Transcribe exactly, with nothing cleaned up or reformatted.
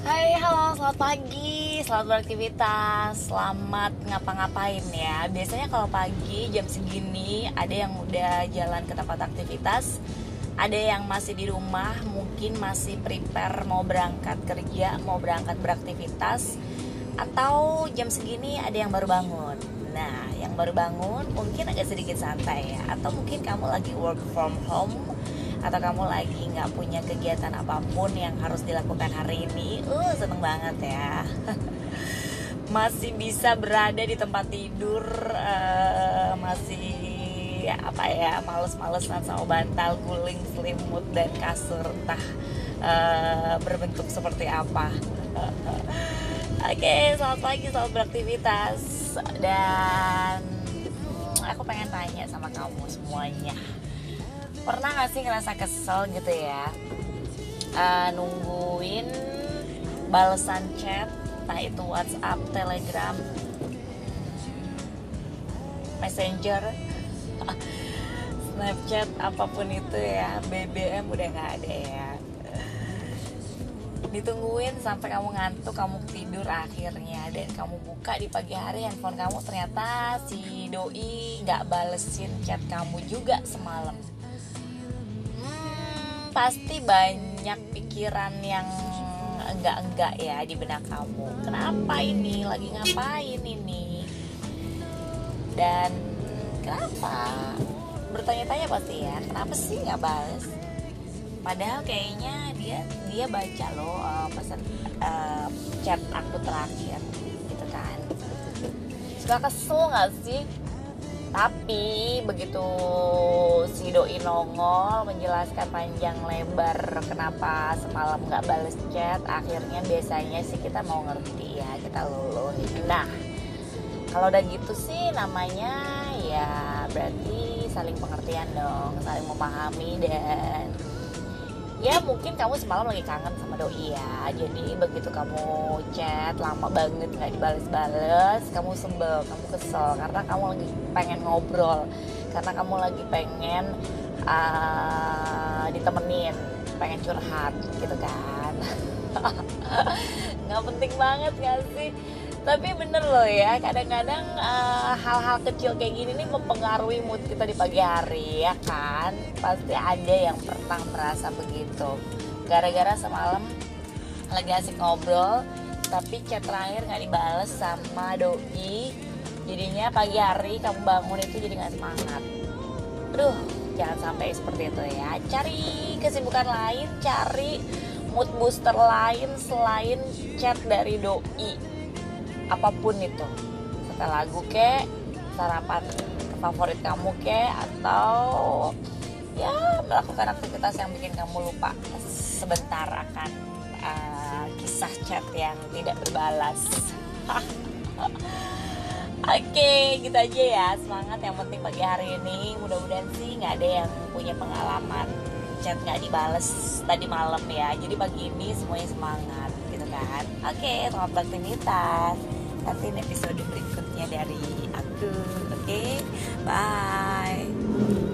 Hai, halo, selamat pagi, selamat beraktivitas, selamat ngapa-ngapain ya. Biasanya kalau pagi jam segini ada yang udah jalan ke tempat aktivitas, ada yang masih di rumah, mungkin masih prepare mau berangkat kerja, mau berangkat beraktivitas, atau jam segini ada yang baru bangun. Nah, yang baru bangun mungkin agak sedikit santai ya, atau mungkin kamu lagi work from home, atau kamu lagi nggak punya kegiatan apapun yang harus dilakukan hari ini. Uh seneng banget ya. Masih bisa berada di tempat tidur, uh, masih apa ya, males-malesan sama bantal guling, selimut dan kasur, entah uh, berbentuk seperti apa. Oke, okay, selamat pagi, selamat beraktivitas. Dan hmm, aku pengen tanya sama kamu semuanya, pernah gak sih ngerasa kesel gitu ya, uh, nungguin balasan chat, entah itu WhatsApp, Telegram, Messenger, Snapchat, apapun itu ya, B B M udah gak ada ya, ditungguin sampai kamu ngantuk, kamu tidur akhirnya, dan kamu buka di pagi hari handphone kamu, ternyata si doi gak balesin chat kamu juga semalam. Pasti banyak pikiran yang enggak-enggak ya di benak kamu. Kenapa ini? Lagi ngapain ini? Dan kenapa? Bertanya-tanya pasti ya, kenapa sih nggak balas? Padahal kayaknya dia dia baca loh uh, pesan uh, chat aku terakhir, gitu kan? Suka kesel nggak sih? Tapi begitu si doi nongol menjelaskan panjang lebar kenapa semalam gak bales chat, akhirnya biasanya sih kita mau ngerti ya, kita luluhin. Nah, kalau udah gitu sih namanya ya berarti saling pengertian dong, saling memahami. Dan ya mungkin kamu semalam lagi kangen sama doi ya, jadi begitu kamu chat lama banget gak dibales-bales, kamu sebel, kamu kesel karena kamu lagi pengen ngobrol, karena kamu lagi pengen uh, ditemenin, pengen curhat gitu kan. Gak penting banget gak sih? Tapi bener loh ya, kadang-kadang uh, hal-hal kecil kayak gini nih mempengaruhi mood kita di pagi hari ya kan. Pasti ada yang pernah merasa begitu, gara-gara semalam lagi asik ngobrol tapi chat terakhir gak dibales sama doi, jadinya pagi hari kamu bangun itu jadi gak semangat. Aduh, jangan sampai seperti itu ya. Cari kesibukan lain, cari mood booster lain selain chat dari doi, apapun itu, setel lagu kek, sarapan favorit kamu kek, atau ya melakukan aktivitas yang bikin kamu lupa sebentar akan uh, kisah chat yang tidak berbalas. Oke, gitu aja ya, semangat. Yang penting pagi hari ini mudah-mudahan sih nggak ada yang punya pengalaman chat nggak dibales tadi malam ya, jadi pagi ini semuanya semangat gitu kan. Oke, selamat beraktivitas. Nanti episode berikutnya dari aku. Oke, bye.